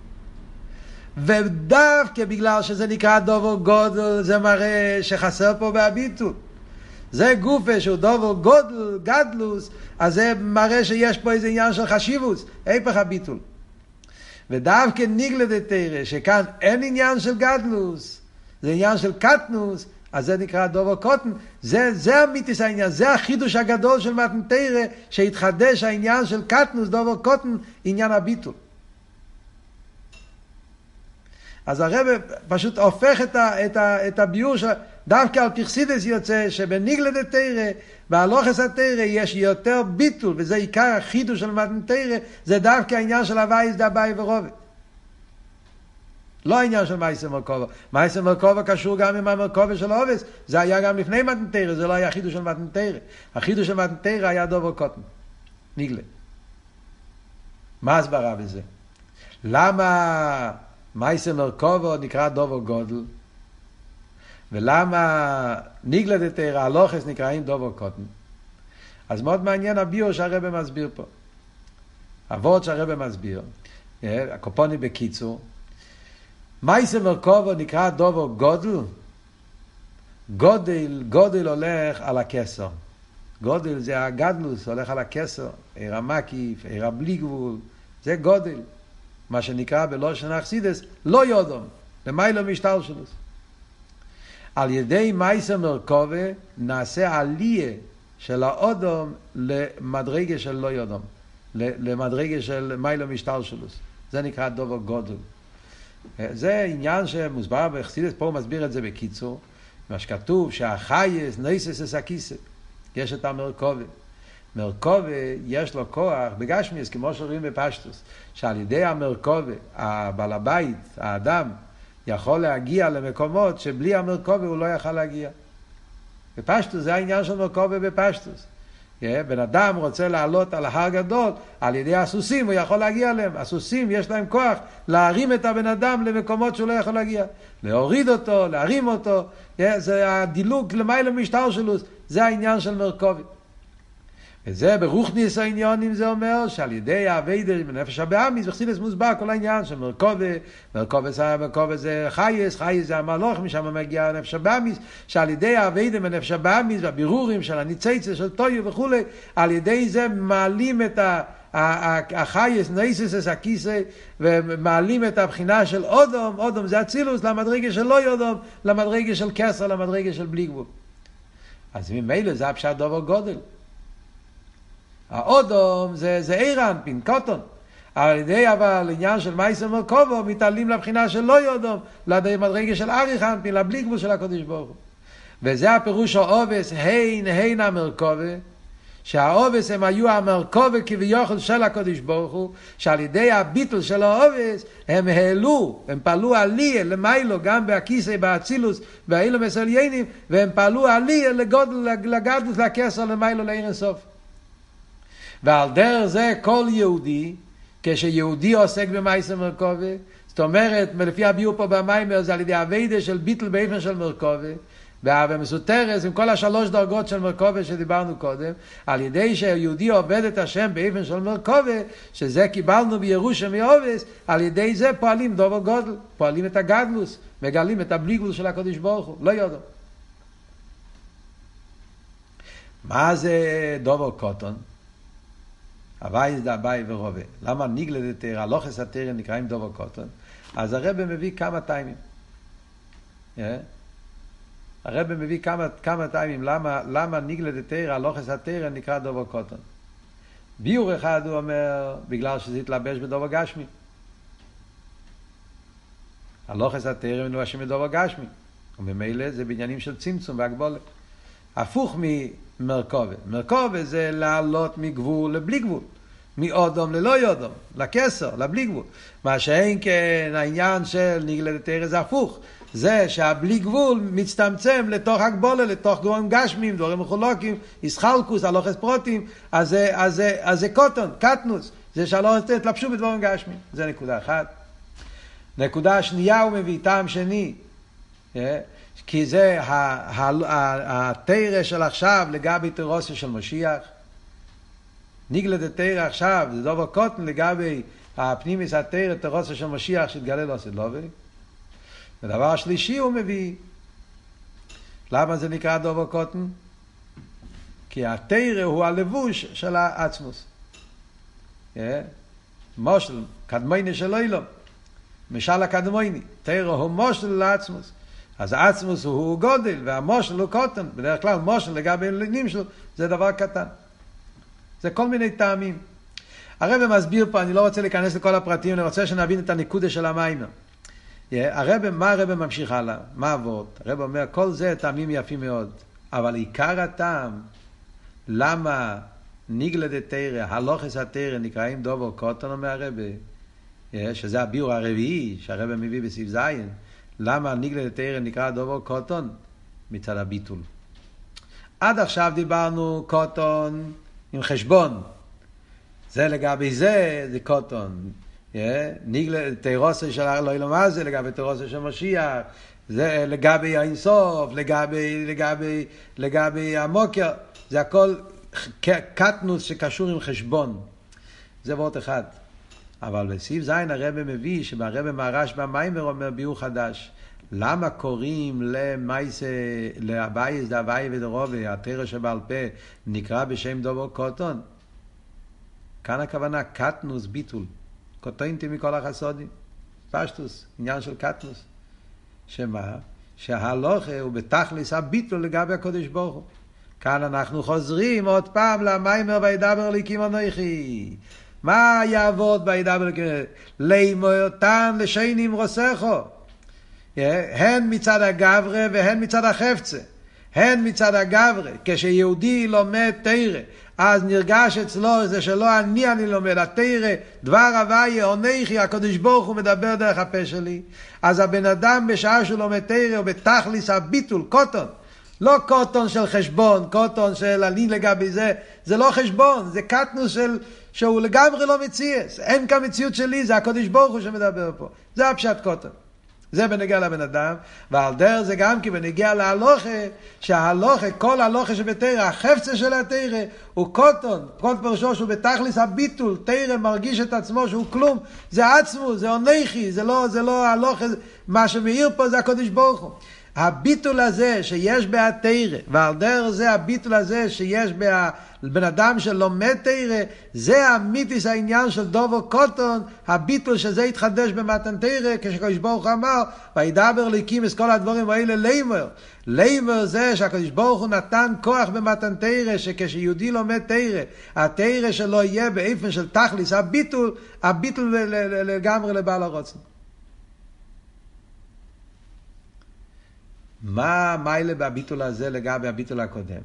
Speaker 1: ודווקא בגלל שזה נקרא דובר גודל זה מראה שחסר פה בהביטול. זה גופה שהוא דובר גודל, גדלוס, אז זה מראה שיש פה איזה עניין של חשיבוס, היפך הביטול. ודווקא ניגלה דתרא, שכאן אין עניין של גדלוס, זה עניין של קטנוס, אז זה נקרא דובר קוטן. זה, זה אמיתיס העניין, זה החידוש הגדול של מתנתרא, שהתחדש העניין של קטנוס, דובר קוטן, עניין הביטול. אז הרב פשוט הופך את, ה, את, ה, את הביור של... דווקא על פרסידס יוצא שבניגלה דתרא, בהלוכס התרא יש יותר ביטול, וזה עיקר החידוש של מתנתרא, זה דווקא העניין של הווייס דאביי ורובה. לא העניין של מייסה מרכובה. מייסה מרכובה קשור גם עם המרכובה של אובס, זה היה גם לפני מתנתרא, זה לא היה חידוש של מתנתרא. החידוש של מתנתרא היה דובר קוטן, ניגלה. מה הסברה בזה? למה מייסה מרכובה נקרא דובר גודל? ולמה ניגלה דתרא הלוכס נקראים דובר קוטן? אז מאוד מעניין הביור שהרבא מסביר פה. הוורד שהרבא מסביר, הקופוני בקיצור, מייסה מרכובה נקרא דובר גודל. גודל, גודל הולך על הכסר. גודל זה הגדלוס, הולך על הכסר, עיר המקיף, עיר הבלי גבול, זה גודל. מה שנקרא בלושן החסידס, לא יודום, למיילו משטר שלו. על ידי מייסה מרכובה נעשה עלייה של האודום למדרגה של לא יודום, למדרגה של מיילו משטר שלו. זה נקרא דובר גודל. זה עניין שמוסבר בחסידס, פה הוא מסביר את זה בקיצור, מה שכתוב שהחייס נייסס אסקיסה, יש את המרכובה. מרכובה יש לו כוח בגשמיס, כמו שרואים בפשטוס, שעל ידי המרכובה, הבעל הבית, האדם, יכול להגיע למקומות שבלי המרכובה הוא לא יכול להגיע. בפשטוס זה העניין של מרכובה בפשטוס. בן אדם רוצה לעלות על ההר גדול, על ידי הסוסים הוא יכול להגיע אליהם. הסוסים יש להם כוח להרים את הבן אדם למקומות שהוא לא יכול להגיע. להוריד אותו, להרים אותו, זה הדילוג למעלה משטר שלו, זה העניין של מרכובה. וזה ברוחניס העניונים זה אומר שעל ידי העבודה בנפש הבאמיס בחסידות מוסבר כל העניין של מרכובה, מרכובה זה, מרכובה זה חייס, חייס זה המלוך, משם מגיע הנפש הבאמיס, שעל ידי העבודה בנפש הבאמיס והבירורים של הניציצה של טויו וכו', על ידי זה מעלים את ה... החייס נייסס הכיסא ומעלים את הבחינה של אודום, אודום זה אצילוס למדרגה של לא יודום, למדרגה של כסר, למדרגה של בלי גבול. אז ממילא זה הפשט דובר גודל. האודום זה, זה אירן, פין, קוטון. על ידי אבל עניין של מייסר מרכובו מתעלים לבחינה של לא יודום, למדרגה של אריכן, פין, לבלי גבול של הקודש ברוך הוא. וזה הפירוש האובס, הין, הין המרכובה, שהאובס הם היו המרכובה כביכול של הקודש ברוך הוא, שעל ידי הביטול של האובס הם העלו, הם פעלו עליה למיילו, גם בהכיסא, באצילוס, באילו מסליינים, והם פעלו עליה לגודל, לגדלות, לכסר, למיילו, לעיר אינסוף. ועל דרך זה כל יהודי, כשיהודי עוסק במייסר מרכובה, זאת אומרת, לפי הביאור פה במיימר, זה על ידי הווידה של ביטול באופן של מרכובה, ומסותרס עם כל השלוש דרגות של מרכובה שדיברנו קודם, על ידי שהיהודי עובד את השם באופן של מרכובה, שזה קיבלנו בירושה מאובס, על ידי זה פועלים דובר גודל, פועלים את הגדלוס, מגלים את הבלי גבול של הקודש ברוך הוא, לא יודו. מה זה דובר קוטון? הווי זה הווי ורובה. למה ניגלה דתרא, הלוכס התרא נקראים דובר קוטון? אז הרב מביא כמה טיימים. Yeah. הרב מביא כמה, כמה טיימים, למה, למה ניגלה דתרא, הלוכס התרא נקרא דובר קוטון. ביור אחד הוא אומר, בגלל שזה התלבש בדובר גשמי. הלוכס התרא מנואשים בדובר גשמי. וממילא זה בעניינים של צמצום והגבולת. הפוך ממרכובה. מרכובה זה לעלות מגבול לבלי גבול. מאודום ללא יודום, לכסר, לבלי גבול. מה שאין כן העניין של ניגלה דתרא זה הפוך. זה שהבלי גבול מצטמצם לתוך הגבולה, לתוך גורם גשמים, דברים מחולקים, ישחלקוס, הלוכס פרוטים, אז זה, אז זה, אז זה קוטון, קטנוס, זה שהלוכס תלבשו בדברים גשמים. זה נקודה אחת. נקודה שנייה הוא מביא טעם שני, כי זה התרא של עכשיו לגבי תירוסיה של משיח. ניגלה דתרא עכשיו, זה דובר קוטן לגבי הפנימיס התרא, תירוסיה של משיח שהתגלה לו סדלובי. ודבר השלישי הוא מביא. למה זה נקרא דובר קוטן? כי התרא הוא הלבוש של העצמוס. מושל, קדמייני של אילום. משל הקדמייני. תרא הוא מושל לעצמוס. אז העצמוס הוא גודל, והמושל הוא קוטן. בדרך כלל מושל לגבי עניינים שלו, זה דבר קטן. זה כל מיני טעמים. הרב מסביר פה, אני לא רוצה להיכנס לכל הפרטים, אני רוצה שנבין את הנקודה של המיימר. הרב, מה הרב ממשיך הלאה? מה עבוד? הרב אומר, כל זה טעמים יפים מאוד. אבל עיקר הטעם, למה ניגלה דתרא, הלוכס התרא, נקראים דובר קוטון, אומר הרב, שזה הביור הרביעי, שהרב מביא בסעיף זין, למה ניגלה דתרא נקרא דובר קוטון? מצד הביטול. עד עכשיו דיברנו קוטון עם חשבון. זה לגבי זה, זה קוטון. ניגלה תירוסה של לא ילום הזה, לגבי תירוסה של משיח, זה לגבי האינסוף, לגבי, לגבי, לגבי המוקר, זה הכל קטנוס שקשור עם חשבון. זה וורט אחד. אבל בסעיף זין הרב מביא, שהרב מהר"ש במיימר אומר ביור חדש, למה קוראים למייסה, לאבייס, דאביי ודרובה, התרא שבעל פה, נקרא בשם דובר קוטון? כאן הכוונה קטנוס ביטול. קוטוינטי מכל החסודים. פשטוס, עניין של קטנוס. שמה? שההלוכה הוא בתכלס הביטול לגבי הקודש ברוך הוא. כאן אנחנו חוזרים עוד פעם למיימר וידבר אליקים אנוכי. מה יעבוד וידבר אליקים? לימותן לשיינים רוסךו. הן מצד הגברה והן מצד החפצה. הן מצד הגברה, כשיהודי לומד תורה, אז נרגש אצלו זה שלא אני אני לומד, התורה, דבר הוויה, עונכי, הקדוש ברוך הוא מדבר דרך הפה שלי. אז הבן אדם בשעה שהוא לומד תורה, הוא בתכליס הביטול, קוטון. לא קוטון של חשבון, קוטון של אני לגבי זה, זה לא חשבון, זה קטנוס של, שהוא לגמרי לא מציאס. אין כאן מציאות שלי, זה הקדוש ברוך הוא שמדבר פה. זה הפשט קוטון. זה בנגיע לבן אדם, ועל דרך זה גם כי בנגיע להלוכה, שההלוכה, כל הלוכה שבתרא, החפצה של התרא, הוא קוטון, כל פרשו שהוא בתכלס הביטול, תרא מרגיש את עצמו שהוא כלום, זה עצמו, זה עונכי, זה לא, זה לא הלוכה, מה שמאיר פה זה הקודש ברוך הוא. הביטול הזה שיש בהתרא, ועל דרך זה הביטול הזה שיש בבן אדם שלומד תרא, זה המיתיס העניין של דובו קוטון, הביטול שזה התחדש במתן תרא, כשקדוש ברוך הוא אמר, וידבר אלוקים את כל הדברים האלה לימר. לימר זה שהקדוש ברוך הוא נתן כוח במתן תרא, שכשיהודי לומד תרא, התרא שלו יהיה באופן של תכליס, הביטול, הביטול לגמרי לבעל הרוצן. מה מיילה בביטול הזה לגבי הביטול הקודם?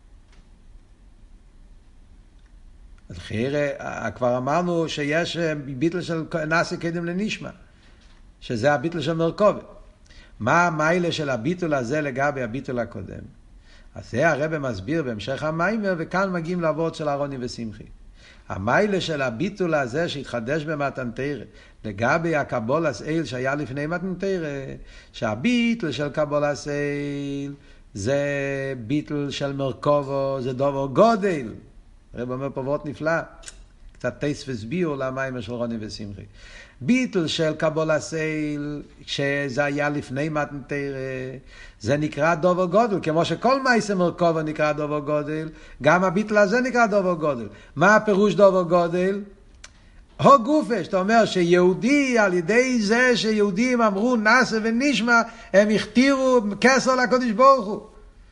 Speaker 1: אז חיירה, כבר אמרנו שיש ביטול של נעשה קדם לנשמה, שזה הביטול של מרכובה. מה המיילה של הביטול הזה לגבי הביטול הקודם? אז זה הרב מסביר בהמשך המיימר, וכאן מגיעים לעבוד של אהרוני ושמחי. המיילה של הביטול הזה שהתחדש במתן תרא, לגבי הקבולת אל שהיה לפני מתן תרא, שהביטול של קבולת אל זה ביטול של מרכובו, זה דובר גודל. הרב אומר פה וורט נפלא, קצת טייס וסביעו למיימר של רוני ושמחי. ביטול של קבולת אל שזה היה לפני מתן תרא, זה נקרא דובר גודל, כמו שכל מייסה מרכובו נקרא דובר גודל, גם הביטול הזה נקרא דובר גודל. מה הפירוש דובר גודל? הו גופה, שאתה אומר שיהודי, על ידי זה שיהודים אמרו נעשה ונשמע, הם הכתירו כסר לקודש ברוך הוא.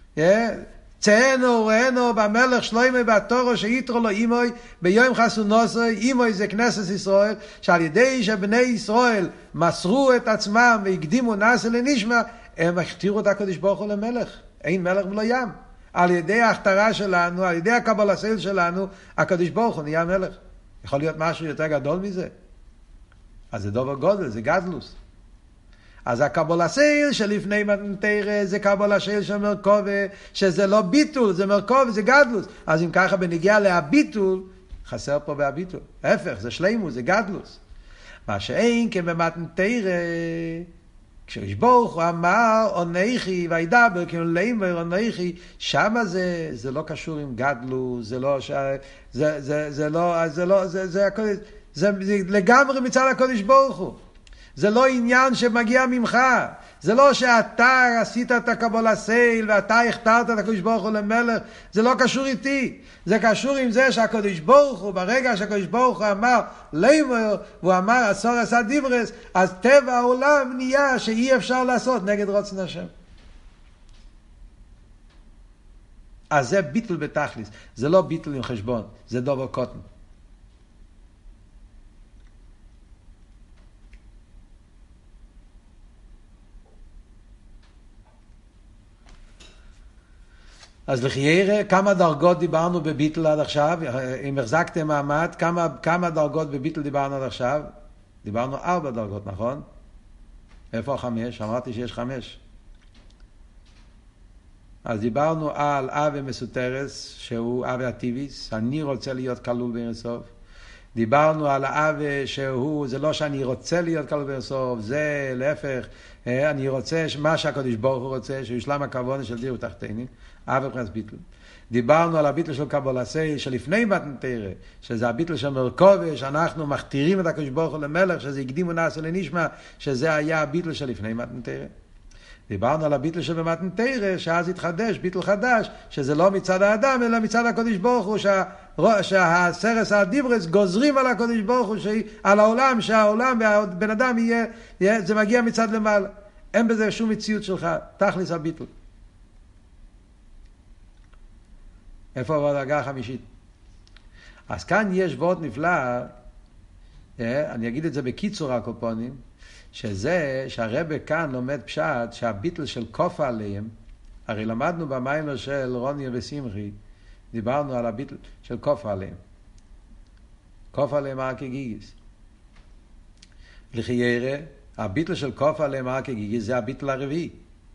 Speaker 1: צאנו וראינו במלך שלמה בתורו שיתרו לו אימוי ביום חסונוסו, אימוי זה כנסת ישראל, שעל ידי שבני ישראל מסרו את עצמם והקדימו נעשה לנשמע, הם הכתירו את הקודש ברוך הוא למלך. אין מלך מלא ים. על ידי ההכתרה שלנו, על ידי הקבולת אל שלנו, הקודש ברוך הוא נהיה מלך. יכול להיות משהו יותר גדול מזה? אז זה דובר גודל, זה גדלוס. אז הקבולת אל שלפני מתן תרא זה קבולת אל של מרכובה, שזה לא ביטול, זה מרכובה, זה גדלוס. אז אם ככה בנגיע להביטול, חסר פה בהביטול. ההפך, זה שלימוס, זה גדלוס. מה שאין כבמתן תרא, כשאיש ברוך הוא אמר עונכי וידבר כאילו לימר עונכי, שמה זה זה לא קשור עם גדלו, זה לא ש... זה זה זה לא זה לא זה זה זה, זה, זה לגמרי מצד הקודש ברוך הוא. זה לא עניין שמגיע ממך, זה לא שאתה עשית את הקבולת אל ואתה הכתרת את הקדוש ברוך הוא למלך, זה לא קשור איתי, זה קשור עם זה שהקדוש ברוך הוא, ברגע שהקדוש ברוך הוא אמר לימר, והוא אמר אסור עשה דיברס, אז טבע העולם נהיה שאי אפשר לעשות נגד רצון השם. אז זה ביטול בתכליס, זה לא ביטול עם חשבון, זה דובר קוטן. אז לחיירה, כמה דרגות דיברנו בביטל עד עכשיו? אם החזקתם מעמד, כמה, כמה דרגות בביטל דיברנו עד עכשיו? דיברנו ארבע דרגות, נכון? איפה החמש? אמרתי שיש חמש. אז דיברנו על אבי מסותרס, שהוא אבי הטיביס, אני רוצה להיות כלול בין הסוף. דיברנו על האבי שהוא, זה לא שאני רוצה להיות כלול בין הסוף, זה להפך, אני רוצה, מה שהקדוש ברוך הוא רוצה, שיושלם הכוונה של דיר ותחתינים, אבי מבחינת ביטל. דיברנו על הביטל של קבולת אל שלפני מתן תרא, שזה הביטל של מרכובה, שאנחנו מכתירים את הקדוש ברוך הוא למלך, שזה הקדימו נעשה לנשמע, שזה היה הביטל שלפני מתן תרא. דיברנו על הביטל של מתן תרא, שאז התחדש, ביטל חדש, שזה לא מצד האדם, אלא מצד הקדוש ברוך הוא, שה, שהסרס הדיברס גוזרים על הקדוש ברוך הוא, על העולם, שהעולם והבן אדם יהיה, יהיה, זה מגיע מצד למעלה. אין בזה שום מציאות שלך, תכלס הביטל. איפה הדרגה החמישית? אז כאן יש וורט נפלא, אני אגיד את זה בקיצור הקופונים, שזה שהרבא כאן לומד פשט שהביטל של כופה עליהם, הרי למדנו במיימר של רוני ושמחי, דיברנו על הביטל של כופה עליהם. כופה עליהם ארקי גיגיס. לחיירה, הביטל של כופה עליהם ארקי גיגיס זה הביטל הרביעי.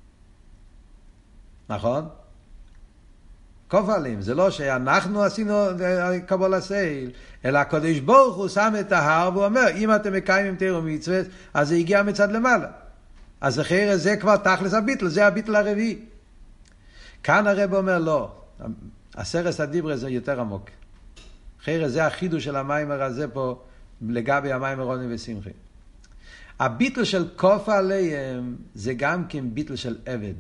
Speaker 1: נכון? כופה עליהם, זה לא שאנחנו עשינו קבולת אל, אלא הקדוש ברוך הוא שם את ההר והוא אומר, אם אתם מקיימים תורה ומצוות, אז זה הגיע מצד למעלה. אז אחרי זה כבר תכלס הביטל, זה הביטל הרביעי. כאן הרב אומר לא, עשרת הדיברות זה יותר עמוק. אחרי זה החידוש של המיימר הזה פה, לגבי המיימר רוני ושמחי. הביטל של כופה עליהם זה גם כן ביטל של עבד.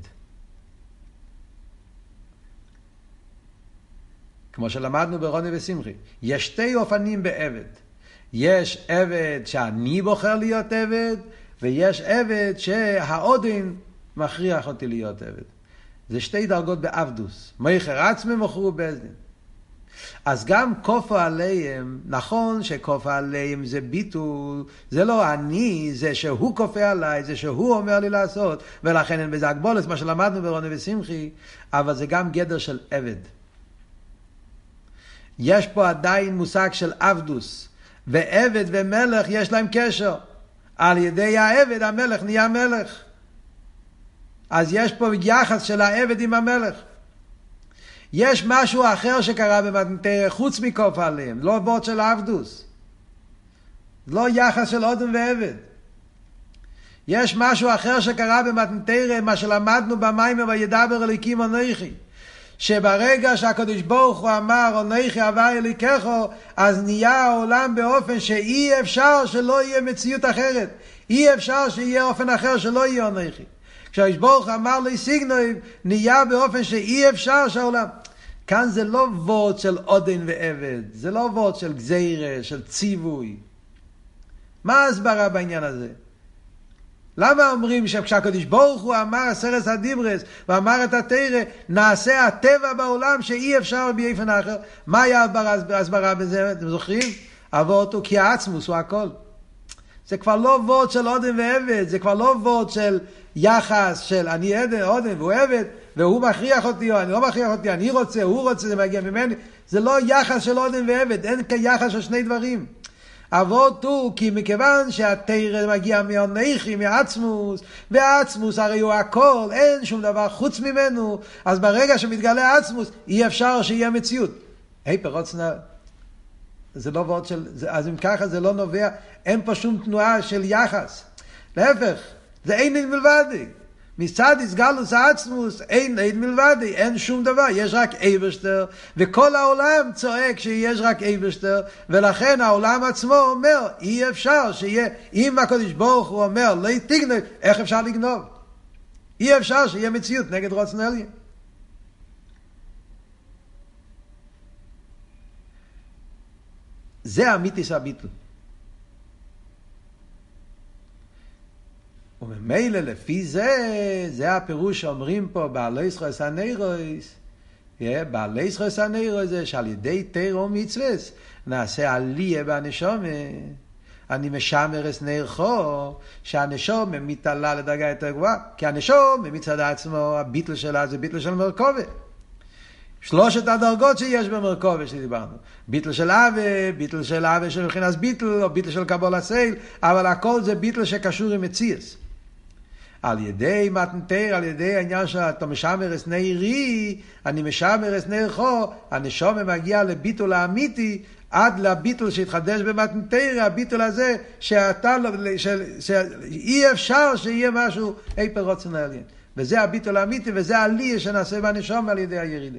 Speaker 1: כמו שלמדנו ברוני ושמחי. יש שתי אופנים בעבד. יש עבד שאני בוחר להיות עבד, ויש עבד שהעודן מכריח אותי להיות עבד. זה שתי דרגות בעבדוס. מייחר עצמם מוכרו באזדין. אז גם כופה עליהם, נכון שכופה עליהם זה ביטול, זה לא אני, זה שהוא כופה עליי, זה שהוא אומר לי לעשות, ולכן אין בזה הגבולת, מה שלמדנו ברוני ושמחי, אבל זה גם גדר של עבד. יש פה עדיין מושג של עבדוס, ועבד ומלך יש להם קשר. על ידי העבד המלך נהיה מלך. אז יש פה יחס של העבד עם המלך. יש משהו אחר שקרה במתנתרא חוץ מכופה עליהם, לא בוט של עבדוס. לא יחס של אדם ועבד. יש משהו אחר שקרה במתנתרא, מה שלמדנו במיימר וידבר אלוקים אנוכי. שברגע שהקדוש ברוך הוא אמר אנוכי הווה אלוקיך, אז נהיה העולם באופן שאי אפשר שלא יהיה מציאות אחרת. אי אפשר שיהיה אופן אחר שלא יהיה אנוכי. כשהקדוש ברוך הוא אמר לי סיגנוי, נהיה באופן שאי אפשר שהעולם. כאן זה לא וורד של עודן ועבד, זה לא וורד של גזירה, של ציווי. מה ההסברה בעניין הזה? למה אומרים שכשהקדוש ברוך הוא אמר עשרת הדיברות ואמר את התורה, נעשה הטבע בעולם שאי אפשר באופן אחר? מה היה ההסברה בזה? אתם זוכרים? עבור אותו כי העצמוס הוא הכל. זה כבר לא וורד של עודן ועבד, זה כבר לא וורד של יחס של אני עדן, עודן והוא עבד, והוא מכריח אותי או אני לא מכריח אותי, אני רוצה, הוא רוצה, זה מגיע ממני. זה לא יחס של עודן ועבד, אין כיחס של שני דברים. אבות הוא כי מכיוון שהתורה מגיע מהאנוכי, מהעצמוס, והעצמוס הרי הוא הכל, אין שום דבר חוץ ממנו, אז ברגע שמתגלה העצמוס, אי אפשר שיהיה מציאות. היי פרוצנה, זה לא ווד של, זה, אז אם ככה זה לא נובע, אין פה שום תנועה של יחס. להפך, זה אין אין מלבדי. מצד הסגלוס העצמוס, אין אין מלבדי, אין שום דבר, יש רק אייברשטר, וכל העולם צועק שיש רק אייברשטר, ולכן העולם עצמו אומר, אי אפשר שיהיה, אם הקדוש ברוך הוא אומר, לא תגנוב, איך אפשר לגנוב? אי אפשר שיהיה מציאות נגד רצון עליון. זה אמיתיס הביטול. וממילא לפי זה, זה הפירוש שאומרים פה בעלי זכויות הנרויס, בעלי זכויות הנרויס זה שעל ידי תורה ומצוות נעשה עלייה בנשמה. אני משמר את נרחו, שהנשמה מתעלה לדרגה יותר גבוהה, כי הנשמה מצד עצמו, הביטל שלה זה ביטל של מרכובה. שלושת הדרגות שיש במרכובה שדיברנו. ביטל של אהבה, ביטל של אהבה של מבחינת ביטל, או ביטל של קבול הסייל, אבל הכל זה ביטל שקשור עם מציאס. על ידי מתנתר, על ידי העניין שאתה משמר את נערי, אני משמר את נערכו, הנשמה מגיע לביטול האמיתי, עד לביטול שהתחדש במתנתר, הביטול הזה, שאתה, שאי אפשר שיהיה משהו אי פרוצן העליין. וזה הביטול האמיתי, וזה העלייה שנעשה בנשמה על ידי הירידה.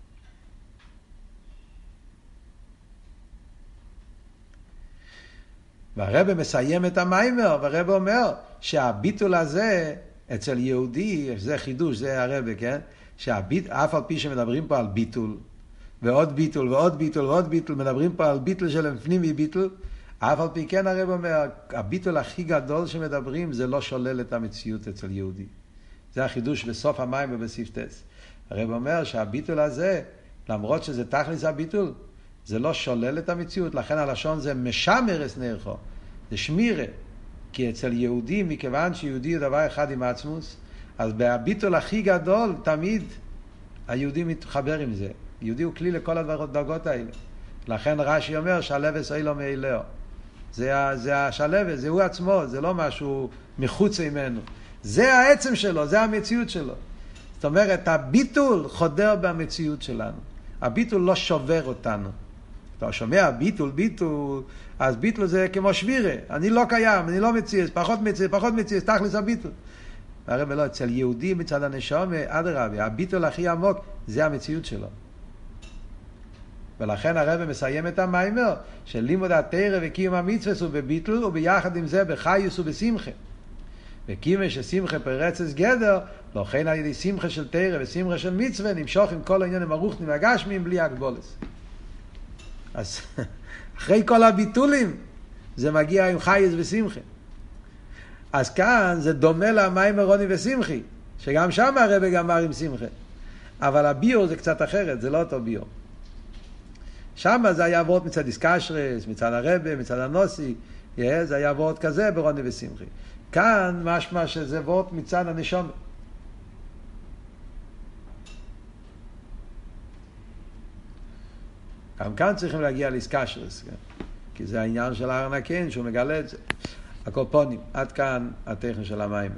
Speaker 1: והרבא מסיים את המיימר, והרבא אומר שהביטול הזה אצל יהודי, זה חידוש, זה הרבא, כן? שהביט, אף על פי שמדברים פה על ביטול, ועוד ביטול, ועוד ביטול, ועוד ביטול, מדברים פה על ביטול של פנימי ביטול, אף על פי כן הרבא אומר, הביטול הכי גדול שמדברים, זה לא שולל את המציאות אצל יהודי. זה החידוש בסוף המיימר בסעיף טס. הרבא אומר שהביטול הזה, למרות שזה תכלס הביטול, זה לא שולל את המציאות, לכן הלשון זה משמר את נערכו, זה שמירה. כי אצל יהודי, מכיוון שיהודי הוא דבר אחד עם עצמוס, אז בהביטול הכי גדול, תמיד היהודי מתחבר עם זה. יהודי הוא כלי לכל הדרגות האלה. לכן רש"י אומר, שלווה אילו מאילהו. זה, זה השלווה, זה הוא עצמו, זה לא משהו מחוץ ממנו. זה העצם שלו, זה המציאות שלו. זאת אומרת, הביטול חודר במציאות שלנו. הביטול לא שובר אותנו. אתה שומע ביטול, ביטול, אז ביטול זה כמו שבירה. אני לא קיים, אני לא מציץ, פחות מציץ, פחות מציץ, תכלס הביטול. הרב לא, אצל יהודי מצד הנשום, אדרבה, הביטול הכי עמוק, זה המציאות שלו. ולכן הרב מסיים את המיימר, של לימוד התורה וקיום המצווה הוא בביטול, וביחד עם זה בחיוס ובשמחה. וקיום ששמחה פרצס גדר, לכן על ידי שמחה של תורה ושמחה של מצווה, נמשוך עם כל העניינים הרוחניים והגשמיים בלי הגבולס. אז אחרי כל הביטולים, זה מגיע עם חייס ושמחה. אז כאן זה דומה למיימר רוני ושמחי, שגם שם הרב גמר עם שמחה. אבל הביור זה קצת אחרת, זה לא אותו ביור. שם זה היה עבוד מצד איסקשרס, מצד הרב, מצד הנוסי, זה היה עבוד כזה ברוני ושמחי. כאן משמע שזה עבוד מצד הנשום. גם כאן צריכים להגיע לאיסקשרס, כן? כי זה העניין של הארנקן שהוא מגלה את זה. הקופונים, עד כאן הטכן של המים.